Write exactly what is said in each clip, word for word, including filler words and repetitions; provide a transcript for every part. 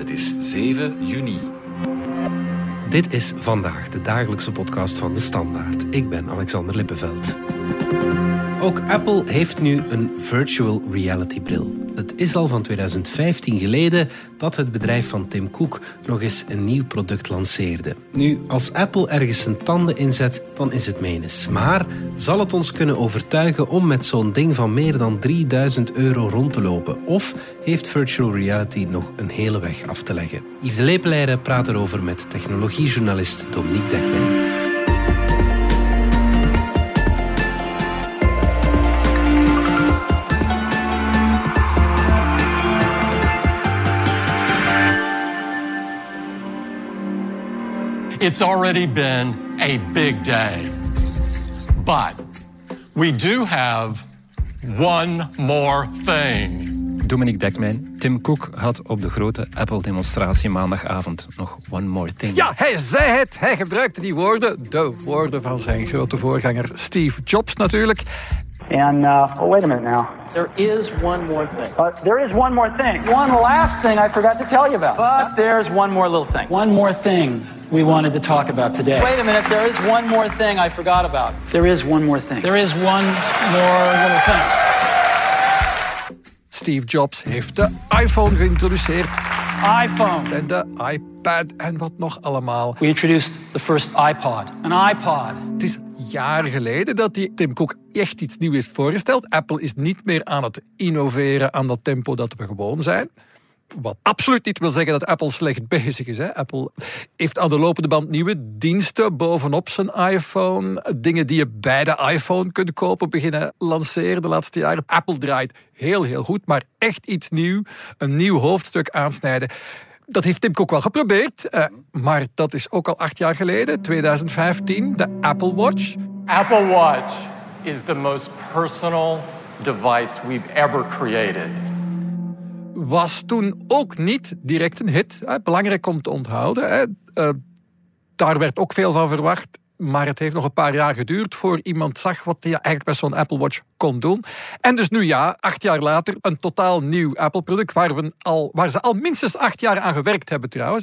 Het is zeven juni. Dit is Vandaag, de dagelijkse podcast van De Standaard. Ik ben Alexander Lippenveld. Ook Apple heeft nu een virtual reality bril. Het is al van twintig vijftien geleden dat het bedrijf van Tim Cook nog eens een nieuw product lanceerde. Nu, als Apple ergens zijn tanden inzet, dan is het menens. Maar zal het ons kunnen overtuigen om met zo'n ding van meer dan drieduizend euro rond te lopen? Of heeft virtual reality nog een hele weg af te leggen? Yves de Lepeleire praat erover met technologiejournalist Dominique Dekmijn. It's already been a big day, but we do have one more thing. Dominique Dekmijn, Tim Cook had op de grote Apple-demonstratie maandagavond nog one more thing. Ja, hij zei het. Hij gebruikte die woorden, de woorden van zijn grote voorganger Steve Jobs natuurlijk. And, uh, oh, wait a minute now. There is one more thing. Uh, there is one more thing. One last thing I forgot to tell you about. But there's one more little thing. One more thing we wanted to talk about today. Wait a minute, there is one more thing I forgot about. There is one more thing. There is one more little thing. Steve Jobs heeft de iPhone geïntroduceerd. iPhone. En de iPad en wat nog allemaal. We introduced the first iPod. An iPod. Het is jaren geleden dat die Tim Cook echt iets nieuws heeft voorgesteld. Apple is niet meer aan het innoveren aan dat tempo dat we gewoon zijn. Wat absoluut niet wil zeggen dat Apple slecht bezig is. Hè. Apple heeft aan de lopende band nieuwe diensten bovenop zijn iPhone. Dingen die je bij de iPhone kunt kopen beginnen lanceren de laatste jaren. Apple draait heel, heel goed, maar echt iets nieuw. Een nieuw hoofdstuk aansnijden. Dat heeft Tim Cook wel geprobeerd, uh, maar dat is ook al acht jaar geleden, twintig vijftien, de Apple Watch. Apple Watch is the most personal device we've ever created. Was toen ook niet direct een hit. Hè. Belangrijk om te onthouden. Hè. Uh, daar werd ook veel van verwacht. Maar het heeft nog een paar jaar geduurd voor iemand zag wat hij eigenlijk met zo'n Apple Watch kon doen. En dus nu ja, acht jaar later, een totaal nieuw Apple-product waar, we al, waar ze al minstens acht jaar aan gewerkt hebben trouwens.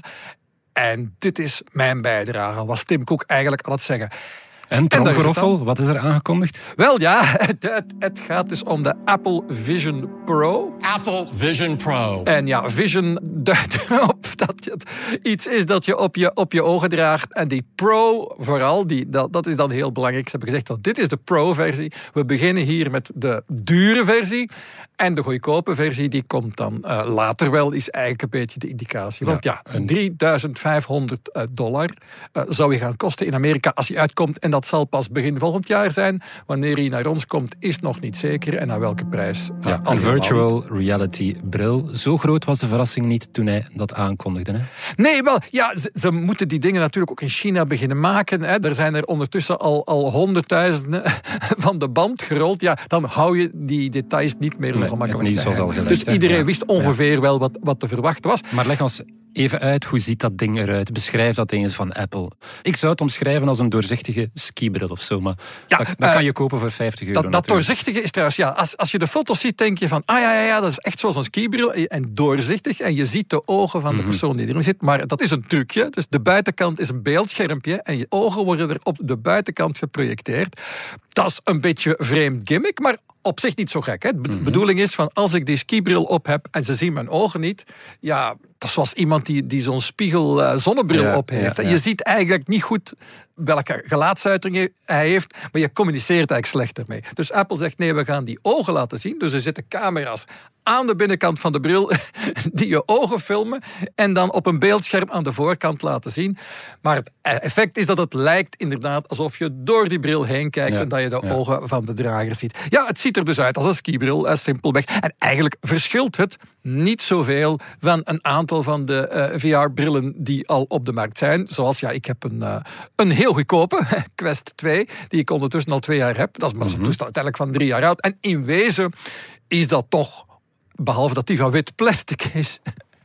En dit is mijn bijdrage, was Tim Cook eigenlijk aan het zeggen. En tromgeroffel, wat is er aangekondigd? Wel ja, het, het, het gaat dus om de Apple Vision Pro. Apple Vision Pro. En ja, Vision duidt erop dat het iets is dat je op je, op je ogen draagt. En die Pro vooral, die, dat, dat is dan heel belangrijk. Ze hebben gezegd, dat dit is de Pro-versie. We beginnen hier met de dure versie. En de goedkope versie, die komt dan uh, later wel, is eigenlijk een beetje de indicatie. Want ja, ja drieduizend vijfhonderd dollar uh, zou je gaan kosten in Amerika als hij uitkomt. En dat zal pas begin volgend jaar zijn. Wanneer hij naar ons komt, is nog niet zeker. En aan welke prijs? Uh, ja, een virtual reality bril. Zo groot was de verrassing niet toen hij dat aankondigde. Hè? Nee, wel, ja, ze, ze moeten die dingen natuurlijk ook in China beginnen maken. Hè. Er zijn er ondertussen al, al honderdduizenden van de band gerold. Ja, dan hou je die details niet meer zo nee, gemakkelijk. Het nieuws was al gelekt, dus iedereen ja. wist ongeveer ja. wel wat, wat te verwachten was. Maar leg ons even uit, hoe ziet dat ding eruit? Beschrijf dat ding eens van Apple. Ik zou het omschrijven als een doorzichtige skibril of zo, maar ja, dat, dat uh, kan je kopen voor vijftig euro. Dat, dat doorzichtige is trouwens, ja, als, als je de foto's ziet, denk je van, ah ja, ja, ja, dat is echt zoals een skibril en doorzichtig en je ziet de ogen van de mm-hmm. persoon die erin zit, maar dat is een trucje. Dus de buitenkant is een beeldschermpje en je ogen worden er op de buitenkant geprojecteerd. Dat is een beetje een vreemd gimmick, maar op zich niet zo gek. Hè? De mm-hmm. bedoeling is van als ik die skibril op heb en ze zien mijn ogen niet, ja, dat is zoals iemand die, die zo'n spiegel uh, zonnebril ja, op heeft. Ja, ja. Je ziet eigenlijk niet goed welke gelaatsuitingen hij heeft, maar je communiceert eigenlijk slechter mee. Dus Apple zegt nee, we gaan die ogen laten zien. Dus er zitten camera's aan de binnenkant van de bril die je ogen filmen en dan op een beeldscherm aan de voorkant laten zien. Maar het effect is dat het lijkt inderdaad alsof je door die bril heen kijkt ja, en dat je de ja. ogen van de drager ziet. Ja, het ziet er dus uit als een skibril, uh, simpelweg. En eigenlijk verschilt het niet zoveel van een aantal van de uh, V R-brillen die al op de markt zijn. Zoals, ja, ik heb een, uh, een heel goedkope Quest twee, die ik ondertussen al twee jaar heb. Dat is maar zo'n toestel uiteindelijk van drie jaar oud. En in wezen is dat toch, behalve dat die van wit plastic is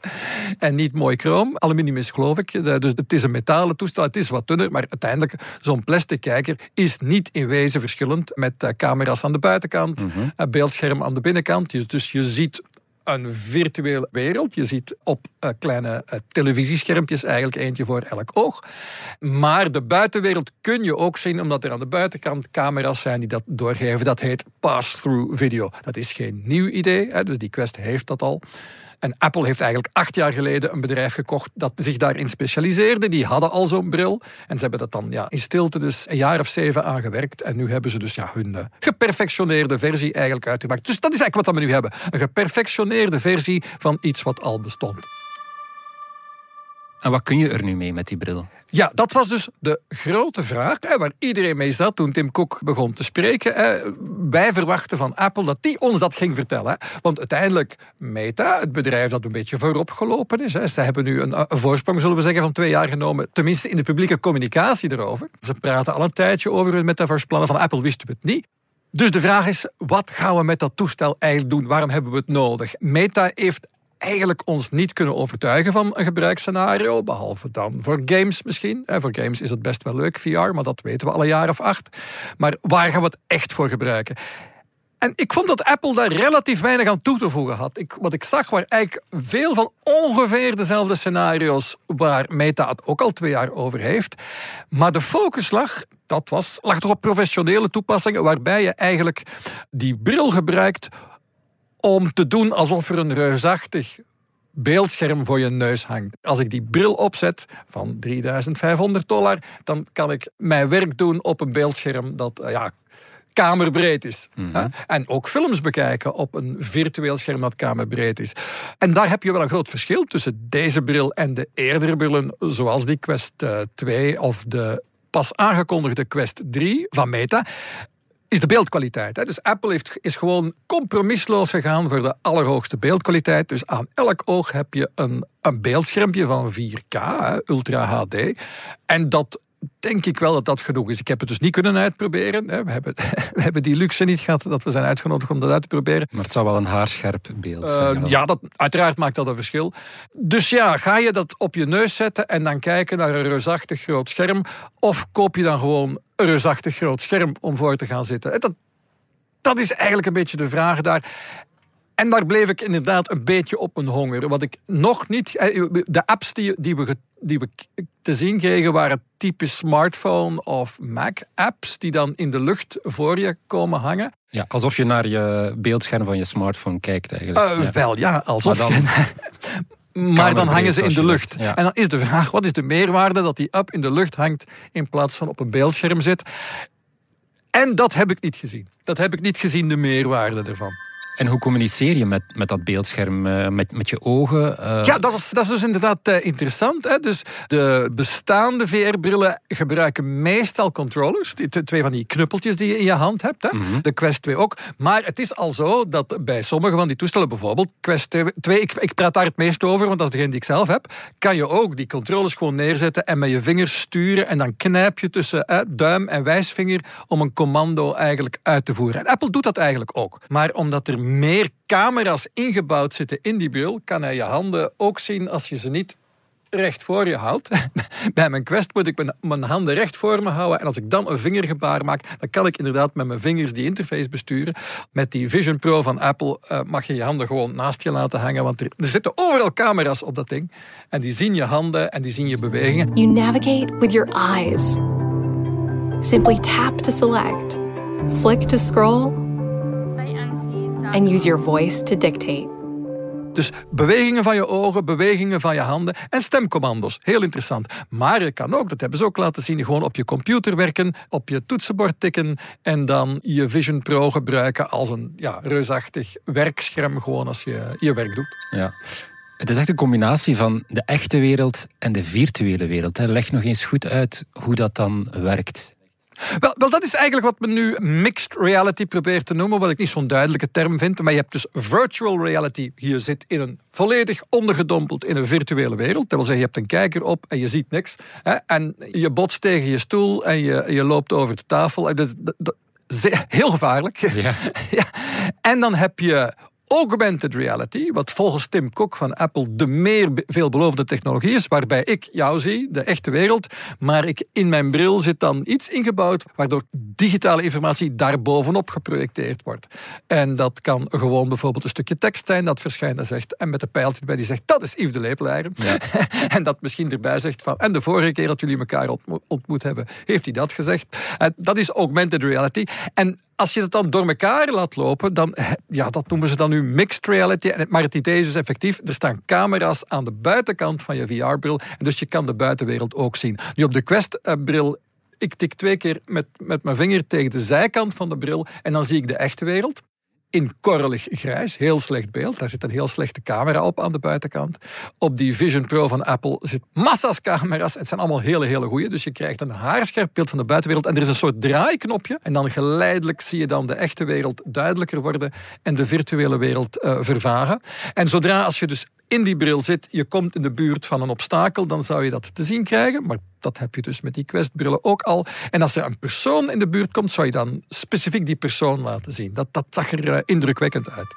en niet mooi chroom. Aluminium is, geloof ik. Dus het is een metalen toestel. Het is wat dunner, maar uiteindelijk zo'n plastic kijker is niet in wezen verschillend met uh, camera's aan de buitenkant, mm-hmm. uh, beeldscherm aan de binnenkant. Dus je ziet een virtuele wereld. Je ziet op uh, kleine uh, televisieschermpjes eigenlijk eentje voor elk oog. Maar de buitenwereld kun je ook zien, omdat er aan de buitenkant camera's zijn die dat doorgeven. Dat heet pass-through video. Dat is geen nieuw idee, hè, dus die Quest heeft dat al. En Apple heeft eigenlijk acht jaar geleden een bedrijf gekocht dat zich daarin specialiseerde. Die hadden al zo'n bril. En ze hebben dat dan ja, in stilte dus een jaar of zeven aangewerkt. En nu hebben ze dus ja, hun uh, geperfectioneerde versie eigenlijk uitgemaakt. Dus dat is eigenlijk wat we nu hebben. Een geperfectioneerde versie van iets wat al bestond. En wat kun je er nu mee met die bril? Ja, dat was dus de grote vraag hè, waar iedereen mee zat toen Tim Cook begon te spreken. Hè. Wij verwachten van Apple dat die ons dat ging vertellen. Hè. Want uiteindelijk Meta, het bedrijf dat een beetje voorop gelopen is. Hè. Ze hebben nu een, een voorsprong, zullen we zeggen, van twee jaar genomen. Tenminste in de publieke communicatie erover. Ze praten al een tijdje over hun metaverse-plannen. Van Apple wisten we het niet. Dus de vraag is, wat gaan we met dat toestel eigenlijk doen? Waarom hebben we het nodig? Meta heeft eigenlijk ons niet kunnen overtuigen van een gebruiksscenario, behalve dan voor games misschien. Voor games is het best wel leuk, V R, maar dat weten we al een jaar of acht. Maar waar gaan we het echt voor gebruiken? En ik vond dat Apple daar relatief weinig aan toe te voegen had. Ik, wat ik zag waren eigenlijk veel van ongeveer dezelfde scenario's waar Meta het ook al twee jaar over heeft. Maar de focus lag, dat was, lag toch op professionele toepassingen, waarbij je eigenlijk die bril gebruikt om te doen alsof er een reusachtig beeldscherm voor je neus hangt. Als ik die bril opzet van drieduizend vijfhonderd dollar, dan kan ik mijn werk doen op een beeldscherm dat ja, kamerbreed is. Mm-hmm. En ook films bekijken op een virtueel scherm dat kamerbreed is. En daar heb je wel een groot verschil tussen deze bril en de eerdere brillen, zoals die Quest twee of de pas aangekondigde Quest drie van Meta, is de beeldkwaliteit. Hè. Dus Apple heeft, is gewoon compromisloos gegaan voor de allerhoogste beeldkwaliteit. Dus aan elk oog heb je een, een beeldschermpje van vier K, hè, Ultra H D. En dat denk ik wel dat dat genoeg is. Ik heb het dus niet kunnen uitproberen. Hè. We, hebben, we hebben die luxe niet gehad dat we zijn uitgenodigd om dat uit te proberen. Maar het zou wel een haarscherp beeld zijn. Uh, ja, dat, uiteraard maakt dat een verschil. Dus ja, ga je dat op je neus zetten en dan kijken naar een reusachtig groot scherm, of koop je dan gewoon een reusachtig groot scherm om voor te gaan zitten? Dat, dat is eigenlijk een beetje de vraag daar. En daar bleef ik inderdaad een beetje op mijn honger. Wat ik nog niet... De apps die, die, we, die we te zien kregen waren typisch smartphone of Mac-apps die dan in de lucht voor je komen hangen. Ja, alsof je naar je beeldscherm van je smartphone kijkt eigenlijk. Uh, ja. Wel ja, alsof maar dan, je... Maar dan hangen ze in de lucht. Ja. En dan is de vraag, wat is de meerwaarde dat die app in de lucht hangt in plaats van op een beeldscherm zit? En dat heb ik niet gezien. Dat heb ik niet gezien, de meerwaarde ervan. En hoe communiceer je met, met dat beeldscherm, uh, met, met je ogen? Uh... Ja, dat is, dat is dus inderdaad uh, interessant. Hè? Dus de bestaande V R-brillen gebruiken meestal controllers. Die, twee van die knuppeltjes die je in je hand hebt. Hè? Mm-hmm. De Quest twee ook. Maar het is al zo dat bij sommige van die toestellen, bijvoorbeeld Quest twee, ik, ik praat daar het meest over, want dat is degene die ik zelf heb, kan je ook die controllers gewoon neerzetten en met je vingers sturen en dan knijp je tussen uh, duim en wijsvinger om een commando eigenlijk uit te voeren. En Apple doet dat eigenlijk ook. Maar omdat er meer camera's ingebouwd zitten in die bril, kan hij je handen ook zien als je ze niet recht voor je houdt. Bij mijn Quest moet ik mijn, mijn handen recht voor me houden en als ik dan een vingergebaar maak, dan kan ik inderdaad met mijn vingers die interface besturen. Met die Vision Pro van Apple uh, mag je je handen gewoon naast je laten hangen, want er, er zitten overal camera's op dat ding en die zien je handen en die zien je bewegingen. You navigate with your eyes. Simply tap to select, flick to scroll, and use your voice to dictate. Dus bewegingen van je ogen, bewegingen van je handen en stemcommando's. Heel interessant. Maar je kan ook, dat hebben ze ook laten zien, gewoon op je computer werken, op je toetsenbord tikken en dan je Vision Pro gebruiken als een ja, reusachtig werkscherm, gewoon als je je werk doet. Ja. Het is echt een combinatie van de echte wereld en de virtuele wereld. Leg nog eens goed uit hoe dat dan werkt. Wel, wel, dat is eigenlijk wat men nu mixed reality probeert te noemen, wat ik niet zo'n duidelijke term vind. Maar je hebt dus virtual reality. Je zit in een volledig ondergedompeld in een virtuele wereld. Dat wil zeggen, je hebt een kijker op en je ziet niks. Hè, en je botst tegen je stoel en je, je loopt over de tafel. Dat, dat, dat, heel gevaarlijk. Ja. Ja. En dan heb je augmented reality, wat volgens Tim Cook van Apple de meer veelbelovende technologie is, waarbij ik jou zie, de echte wereld, maar ik in mijn bril zit dan iets ingebouwd, waardoor digitale informatie daarbovenop geprojecteerd wordt. En dat kan gewoon bijvoorbeeld een stukje tekst zijn dat verschijnt en zegt, en met een pijltje erbij die zegt, dat is Yves de Lepelaar. Ja. En dat misschien erbij zegt van, en de vorige keer dat jullie elkaar ontmoet, ontmoet hebben, heeft hij dat gezegd. En dat is augmented reality. En als je het dan door elkaar laat lopen, dan, ja, dat noemen ze dan nu mixed reality. Maar het idee is dus effectief, er staan camera's aan de buitenkant van je V R-bril. En dus je kan de buitenwereld ook zien. Nu op de Quest-bril, ik tik twee keer met, met mijn vinger tegen de zijkant van de bril en dan zie ik de echte wereld. In korrelig grijs, heel slecht beeld. Daar zit een heel slechte camera op aan de buitenkant. Op die Vision Pro van Apple zit massa's camera's. Het zijn allemaal hele, hele goeie. Dus je krijgt een haarscherp beeld van de buitenwereld. En er is een soort draaiknopje. En dan geleidelijk zie je dan de echte wereld duidelijker worden en de virtuele wereld uh, vervagen. En zodra als je dus in die bril zit, je komt in de buurt van een obstakel, dan zou je dat te zien krijgen. Maar dat heb je dus met die Quest-brillen ook al. En als er een persoon in de buurt komt, zou je dan specifiek die persoon laten zien. Dat, dat zag er uh, indrukwekkend uit.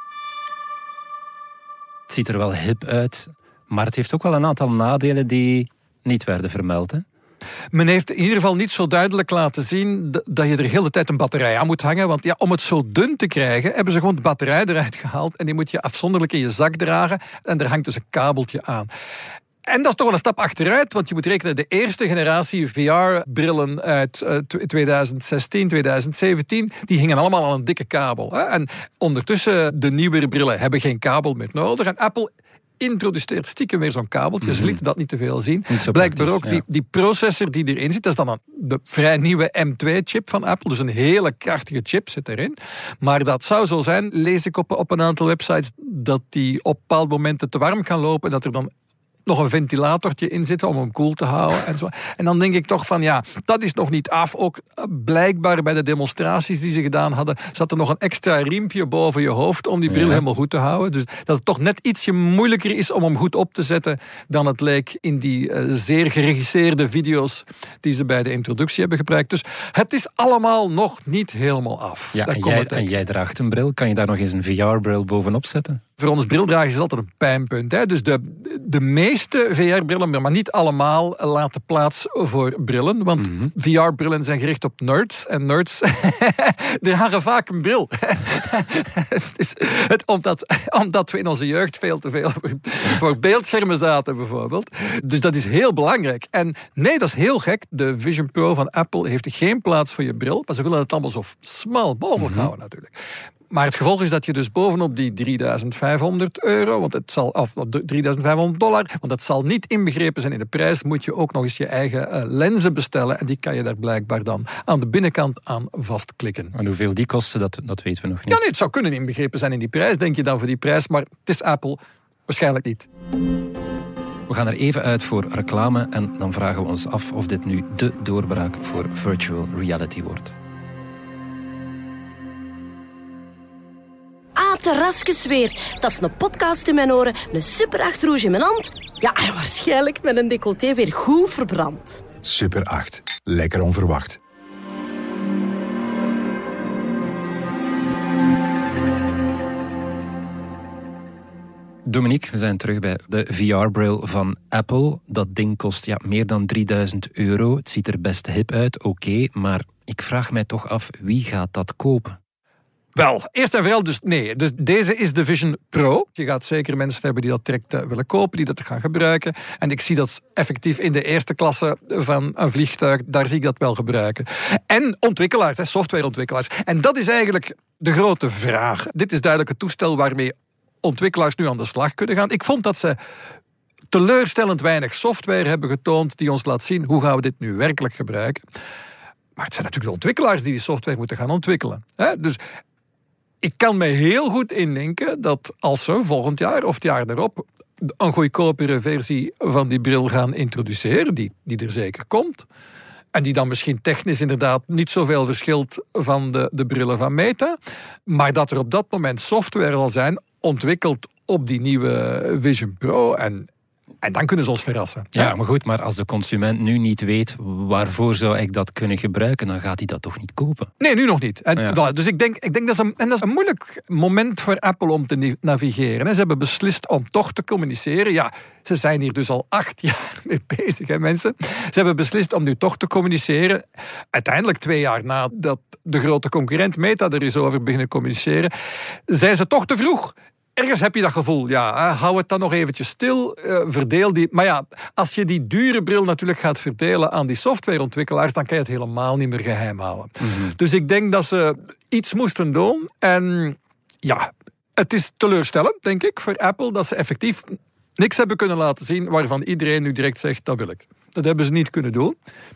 Het ziet er wel hip uit, maar het heeft ook wel een aantal nadelen die niet werden vermeld, hè? Men heeft in ieder geval niet zo duidelijk laten zien dat je er de hele tijd een batterij aan moet hangen. Want ja, om het zo dun te krijgen, hebben ze gewoon de batterij eruit gehaald en die moet je afzonderlijk in je zak dragen en er hangt dus een kabeltje aan. En dat is toch wel een stap achteruit, want je moet rekenen, de eerste generatie V R-brillen uit uh, tweeduizend zestien, tweeduizend zeventien, die hingen allemaal aan een dikke kabel. Hè? En ondertussen, de nieuwere brillen hebben geen kabel meer nodig. En Apple introduceert stiekem weer zo'n kabeltje. Mm-hmm. Ze lieten dat niet te veel zien. Blijkbaar ook, ja. die, die processor die erin zit, dat is dan een, de vrij nieuwe M twee chip van Apple. Dus een hele krachtige chip zit erin. Maar dat zou zo zijn, lees ik op, op een aantal websites, dat die op bepaalde momenten te warm kan lopen, dat er dan nog een ventilatortje in zitten om hem koel te houden en zo. En dan denk ik toch van ja, dat is nog niet af. Ook blijkbaar bij de demonstraties die ze gedaan hadden, zat er nog een extra riempje boven je hoofd om die bril ja. helemaal goed te houden. Dus dat het toch net ietsje moeilijker is om hem goed op te zetten dan het leek in die uh, zeer geregisseerde video's die ze bij de introductie hebben gebruikt. Dus het is allemaal nog niet helemaal af. Ja, en jij, en jij draagt een bril. Kan je daar nog eens een V R-bril bovenop zetten? Voor ons brildragers is altijd een pijnpunt. Hè? Dus de, de meeste V R-brillen, maar niet allemaal, laten plaats voor brillen. Want mm-hmm. V R-brillen zijn gericht op nerds. En nerds dragen vaak een bril. het is, het, omdat, omdat we in onze jeugd veel te veel voor, voor beeldschermen zaten, bijvoorbeeld. Dus dat is heel belangrijk. En nee, dat is heel gek. De Vision Pro van Apple heeft geen plaats voor je bril. Maar ze willen het allemaal zo smal mogelijk mm-hmm. houden, natuurlijk. Maar het gevolg is dat je dus bovenop die drieduizend vijfhonderd euro, want het zal, of drieduizend vijfhonderd dollar, want dat zal niet inbegrepen zijn in de prijs, moet je ook nog eens je eigen uh, lenzen bestellen. En die kan je daar blijkbaar dan aan de binnenkant aan vastklikken. En hoeveel die kosten, dat, dat weten we nog niet. Ja, nee, het zou kunnen inbegrepen zijn in die prijs, denk je dan voor die prijs, maar het is Apple waarschijnlijk niet. We gaan er even uit voor reclame en dan vragen we ons af of dit nu de doorbraak voor virtual reality wordt. Ah, terrasjes weer. Dat is een podcast in mijn oren, een super acht rouge in mijn hand. Ja, en waarschijnlijk met een decolleté weer goed verbrand. Super acht. Lekker onverwacht. Dominique, we zijn terug bij de V R-bril van Apple. Dat ding kost ja, meer dan drieduizend euro. Het ziet er best hip uit, oké. Okay, maar ik vraag mij toch af, wie gaat dat kopen? Wel, eerst en vooral dus nee. Dus deze is de Vision Pro. Je gaat zeker mensen hebben die dat direct uh, willen kopen, die dat gaan gebruiken. En ik zie dat effectief in de eerste klasse van een vliegtuig, daar zie ik dat wel gebruiken. En ontwikkelaars, hè, softwareontwikkelaars. En dat is eigenlijk de grote vraag. Dit is duidelijk het toestel waarmee ontwikkelaars nu aan de slag kunnen gaan. Ik vond dat ze teleurstellend weinig software hebben getoond die ons laat zien hoe gaan we dit nu werkelijk gebruiken. Maar het zijn natuurlijk de ontwikkelaars die die software moeten gaan ontwikkelen. Hè? Dus ik kan me heel goed indenken dat als ze volgend jaar of het jaar daarop een goedkopere versie van die bril gaan introduceren, die, die er zeker komt, en die dan misschien technisch inderdaad niet zoveel verschilt van de, de brillen van Meta, maar dat er op dat moment software zal zijn ontwikkeld op die nieuwe Vision Pro. En En dan kunnen ze ons verrassen. Ja, ja, maar goed, maar als de consument nu niet weet waarvoor zou ik dat kunnen gebruiken, dan gaat hij dat toch niet kopen? Nee, nu nog niet. En, Ja. Dus ik denk, ik denk dat, is een, en dat is een moeilijk moment voor Apple om te navigeren. Ze hebben beslist om toch te communiceren. Ja, ze zijn hier dus al acht jaar mee bezig, hè, mensen. Ze hebben beslist om nu toch te communiceren. Uiteindelijk twee jaar nadat de grote concurrent Meta er is over beginnen communiceren, zijn ze toch te vroeg. Ergens heb je dat gevoel, ja, hou het dan nog eventjes stil, uh, verdeel die... Maar ja, als je die dure bril natuurlijk gaat verdelen aan die softwareontwikkelaars, dan kan je het helemaal niet meer geheim houden. Mm-hmm. Dus ik denk dat ze iets moesten doen. En ja, het is teleurstellend, denk ik, voor Apple, dat ze effectief niks hebben kunnen laten zien waarvan iedereen nu direct zegt, dat wil ik. Dat hebben ze niet kunnen doen.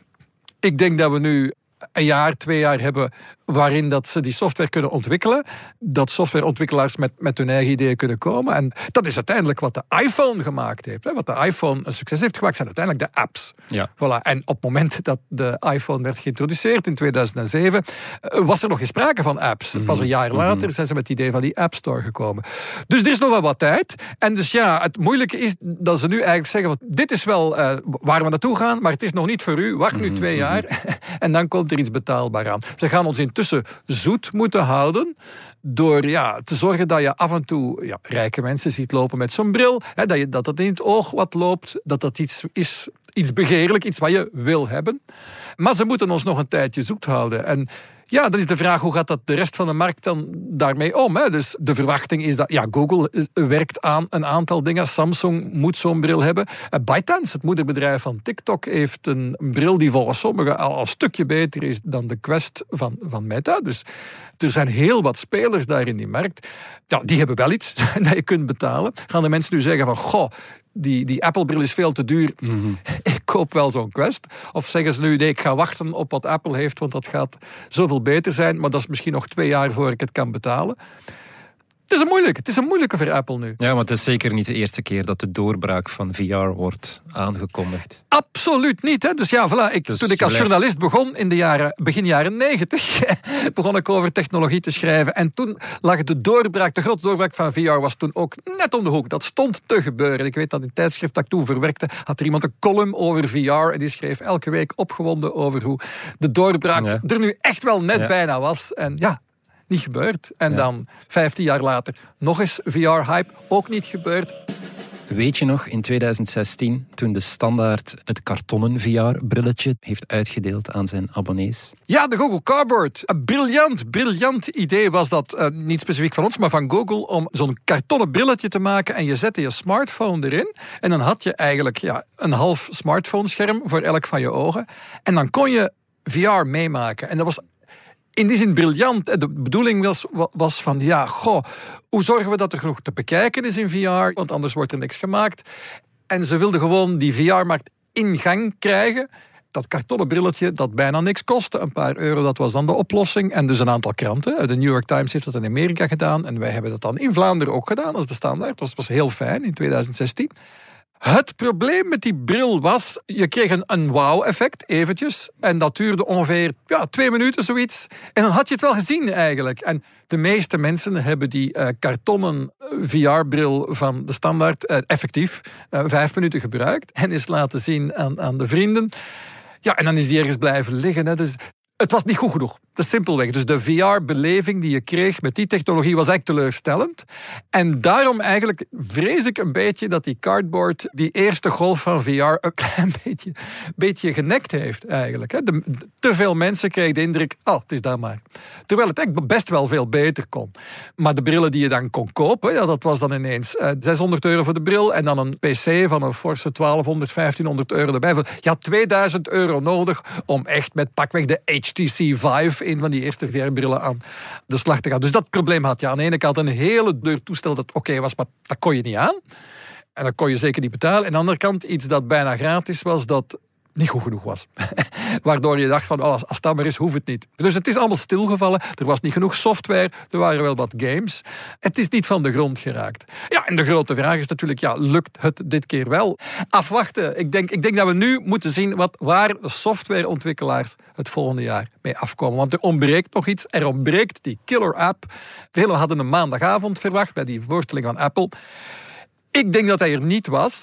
Ik denk dat we nu een jaar, twee jaar hebben waarin dat ze die software kunnen ontwikkelen. Dat softwareontwikkelaars met, met hun eigen ideeën kunnen komen. En dat is uiteindelijk wat de iPhone gemaakt heeft. Hè. Wat de iPhone een succes heeft gemaakt, zijn uiteindelijk de apps. Ja. Voilà. En op het moment dat de iPhone werd geïntroduceerd in tweeduizend zeven, was er nog geen sprake van apps. Mm-hmm. Pas een jaar later mm-hmm. zijn ze met het idee van die App Store gekomen. Dus er is nog wel wat tijd. En dus ja, het moeilijke is dat ze nu eigenlijk zeggen, van, dit is wel uh, waar we naartoe gaan, maar het is nog niet voor u. Wacht nu twee jaar en dan komt er iets betaalbaar aan. Ze gaan ons intussen zoet moeten houden door ja, te zorgen dat je af en toe ja, rijke mensen ziet lopen met zo'n bril, hè, dat, je, dat het in het oog wat loopt, dat dat iets is, iets begeerlijk, iets wat je wil hebben. Maar ze moeten ons nog een tijdje zoet houden. En ja, dan is de vraag, hoe gaat dat de rest van de markt dan daarmee om? Hè? Dus de verwachting is dat, ja, Google werkt aan een aantal dingen. Samsung moet zo'n bril hebben. Uh, ByteDance, het moederbedrijf van TikTok, heeft een bril die volgens sommigen al een stukje beter is dan de Quest van, van Meta. Dus er zijn heel wat spelers daar in die markt. Ja, die hebben wel iets dat je kunt betalen. Gaan de mensen nu zeggen van, goh, die, die Apple-bril is veel te duur. Mm-hmm. Ik koop wel zo'n Quest. Of zeggen ze nu, nee, ik ga wachten op wat Apple heeft, want dat gaat zoveel beter zijn, maar dat is misschien nog twee jaar voor ik het kan betalen. Het is een moeilijke, het is een moeilijke voor Apple nu. Ja, maar het is zeker niet de eerste keer dat de doorbraak van V R wordt aangekondigd. Absoluut niet. Hè? Dus ja, voilà. Ik, dus toen ik als blijft... journalist begon in de jaren, begin jaren negentig, begon ik over technologie te schrijven. En toen lag de doorbraak, de grote doorbraak van V R was toen ook net om de hoek. Dat stond te gebeuren. Ik weet dat in het tijdschrift dat ik toen verwerkte, had er iemand een column over V R en die schreef elke week opgewonden over hoe de doorbraak ja. er nu echt wel net ja. bijna was. En ja, niet gebeurd. En ja. dan, vijftien jaar later, nog eens V R-hype, ook niet gebeurd. Weet je nog, in tweeduizend zestien, toen de Standaard het kartonnen V R-brilletje heeft uitgedeeld aan zijn abonnees? Ja, de Google Cardboard. Een briljant, briljant idee was dat, uh, niet specifiek van ons, maar van Google, om zo'n kartonnen brilletje te maken en je zette je smartphone erin en dan had je eigenlijk ja, een half smartphone-scherm voor elk van je ogen en dan kon je V R meemaken. En dat was in die zin briljant. De bedoeling was, was van, ja, goh, hoe zorgen we dat er genoeg te bekijken is in V R? Want anders wordt er niks gemaakt. En ze wilden gewoon die V R-markt in gang krijgen. Dat kartonnen brilletje dat bijna niks kostte. Een paar euro, dat was dan de oplossing. En dus een aantal kranten. De New York Times heeft dat in Amerika gedaan. En wij hebben dat dan in Vlaanderen ook gedaan als de Standaard. Dat was heel fijn in tweeduizend zestien. Het probleem met die bril was, je kreeg een, een wow-effect, eventjes. En dat duurde ongeveer ja, twee minuten, zoiets. En dan had je het wel gezien eigenlijk. En de meeste mensen hebben die uh, kartonnen V R-bril van de Standaard uh, effectief uh, vijf minuten gebruikt. En is laten zien aan, aan de vrienden. Ja, en dan is die ergens blijven liggen. Hè. Dus het was niet goed genoeg. Dat is simpelweg. Dus de V R-beleving die je kreeg met die technologie was eigenlijk teleurstellend. En daarom eigenlijk vrees ik een beetje dat die Cardboard die eerste golf van V R een klein beetje, beetje genekt heeft eigenlijk. De, te veel mensen kregen de indruk, oh, het is daar maar. Terwijl het echt best wel veel beter kon. Maar de brillen die je dan kon kopen, ja, dat was dan ineens uh, zeshonderd euro voor de bril en dan een P C van een forse twaalfhonderd, vijftienhonderd euro erbij. Je had tweeduizend euro nodig om echt met pakweg de H T C Vive, een van die eerste V R-brillen, aan de slag te gaan. Dus dat probleem had je aan de ene kant een hele duur toestel dat oké okay was, maar dat kon je niet aan. En dat kon je zeker niet betalen. En aan de andere kant iets dat bijna gratis was, dat niet goed genoeg was. Waardoor je dacht van, oh, als dat maar is, hoeft het niet. Dus het is allemaal stilgevallen. Er was niet genoeg software. Er waren wel wat games. Het is niet van de grond geraakt. Ja, en de grote vraag is natuurlijk, ja, lukt het dit keer wel? Afwachten. Ik denk, ik denk dat we nu moeten zien wat, waar softwareontwikkelaars het volgende jaar mee afkomen. Want er ontbreekt nog iets. Er ontbreekt die killer app. Velen hadden een maandagavond verwacht bij die voorstelling van Apple. Ik denk dat hij er niet was.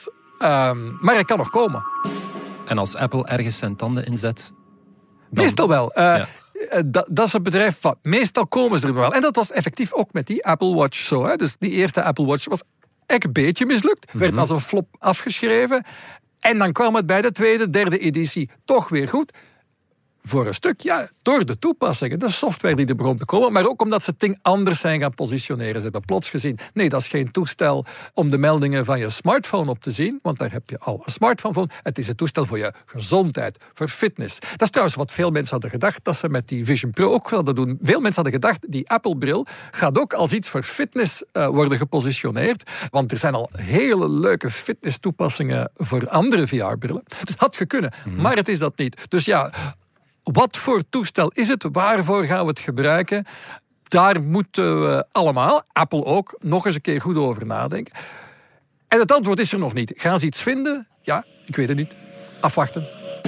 Um, maar hij kan nog komen. En als Apple ergens zijn tanden inzet... Dan... Meestal wel. Uh, ja. Dat, dat is een bedrijf van... Meestal komen ze er wel. En dat was effectief ook met die Apple Watch zo. Hè. Dus die eerste Apple Watch was echt een beetje mislukt. Mm-hmm. Werd als een flop afgeschreven. En dan kwam het bij de tweede, derde editie toch weer goed. Voor een stuk, ja, door de toepassingen, de software die er begon te komen, maar ook omdat ze het ding anders zijn gaan positioneren. Ze hebben plots gezien, nee, dat is geen toestel om de meldingen van je smartphone op te zien, want daar heb je al een smartphone voor. Het is een toestel voor je gezondheid, voor fitness. Dat is trouwens wat veel mensen hadden gedacht, dat ze met die Vision Pro ook zouden doen. Veel mensen hadden gedacht, die Apple-bril gaat ook als iets voor fitness uh, worden gepositioneerd, want er zijn al hele leuke fitness-toepassingen voor andere V R-brillen. Dus het had gekund, mm-hmm. maar het is dat niet. Dus ja... Wat voor toestel is het? Waarvoor gaan we het gebruiken? Daar moeten we allemaal, Apple ook, nog eens een keer goed over nadenken. En het antwoord is er nog niet. Gaan ze iets vinden? Ja, ik weet het niet. Afwachten.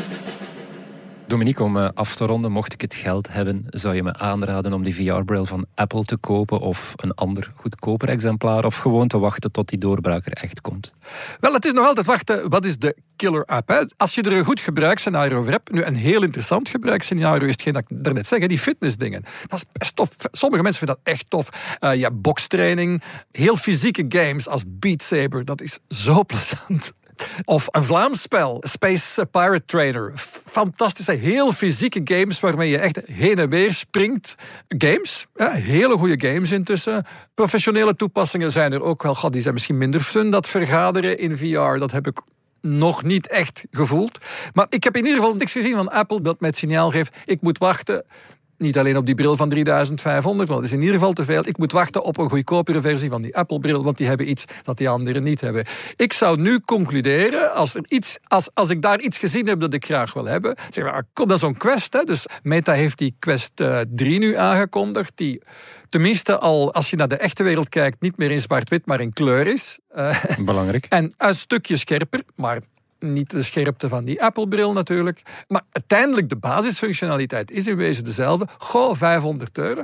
Dominique, om af te ronden, mocht ik het geld hebben, zou je me aanraden om die V R-bril van Apple te kopen of een ander goedkoper exemplaar of gewoon te wachten tot die doorbraak er echt komt? Wel, het is nog altijd wachten. Wat is de killer app? Hè? Als je er een goed gebruiksscenario over hebt, nu een heel interessant gebruiksscenario is hetgeen dat ik daarnet zeg, die fitnessdingen. Dat is best tof. Sommige mensen vinden dat echt tof. Uh, ja, bokstraining, heel fysieke games als Beat Saber, dat is zo plezant. Of een Vlaams spel, Space Pirate Trainer. Fantastische, heel fysieke games waarmee je echt heen en weer springt. Games, ja, hele goede games intussen. Professionele toepassingen zijn er ook wel. God, die zijn misschien minder fun. Dat vergaderen in V R, dat heb ik nog niet echt gevoeld. Maar ik heb in ieder geval niks gezien van Apple dat mij het signaal geeft, ik moet wachten. Niet alleen op die bril van drieduizend vijfhonderd, want dat is in ieder geval te veel. Ik moet wachten op een goedkopere versie van die Apple-bril, want die hebben iets dat die anderen niet hebben. Ik zou nu concluderen, als, er iets, als, als ik daar iets gezien heb dat ik graag wil hebben, zeg maar, kom dan zo'n Quest. Hè. Dus Meta heeft die Quest uh, drie nu aangekondigd, die tenminste al, als je naar de echte wereld kijkt, niet meer in zwart-wit, maar in kleur is. Uh, Belangrijk. En een stukje scherper, maar niet de scherpte van die Apple-bril natuurlijk. Maar uiteindelijk, de basisfunctionaliteit is in wezen dezelfde. Goh, vijfhonderd euro.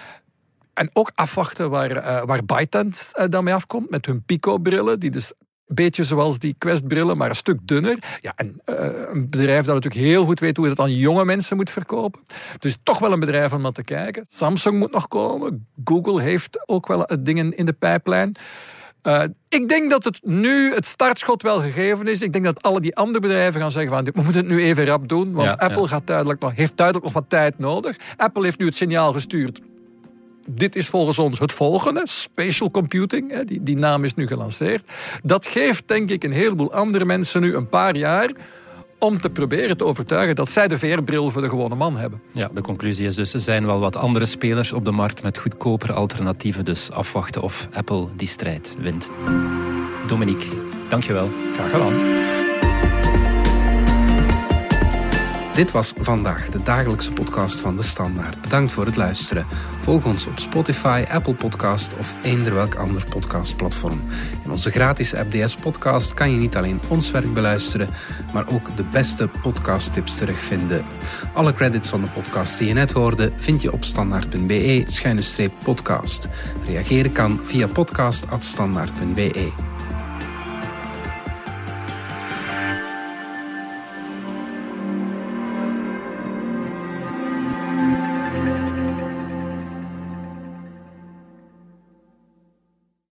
En ook afwachten waar, uh, waar ByteDance uh, dan mee afkomt, met hun Pico-brillen, die dus een beetje zoals die Quest-brillen, maar een stuk dunner. Ja, en uh, een bedrijf dat natuurlijk heel goed weet hoe je dat aan jonge mensen moet verkopen. Dus toch wel een bedrijf om naar te kijken. Samsung moet nog komen. Google heeft ook wel dingen in de pijplijn. Uh, ik denk dat het nu het startschot wel gegeven is. Ik denk dat alle die andere bedrijven gaan zeggen van, we moeten het nu even rap doen, want ja, Apple ja. gaat duidelijk nog, heeft duidelijk nog wat tijd nodig. Apple heeft nu het signaal gestuurd. Dit is volgens ons het volgende, spatial computing, hè, die, die naam is nu gelanceerd. Dat geeft, denk ik, een heleboel andere mensen nu een paar jaar om te proberen te overtuigen dat zij de V R-bril voor de gewone man hebben. Ja, de conclusie is dus, er zijn wel wat andere spelers op de markt met goedkopere alternatieven, dus afwachten of Apple die strijd wint. Dominique, dankjewel. Graag gedaan. Dit was vandaag de dagelijkse podcast van De Standaard. Bedankt voor het luisteren. Volg ons op Spotify, Apple Podcast of eender welk ander podcastplatform. In onze gratis app D S Podcast kan je niet alleen ons werk beluisteren, maar ook de beste podcasttips terugvinden. Alle credits van de podcast die je net hoorde vind je op standaard.be schuine streep podcast. Reageren kan via podcast apenstaartje standaard punt be.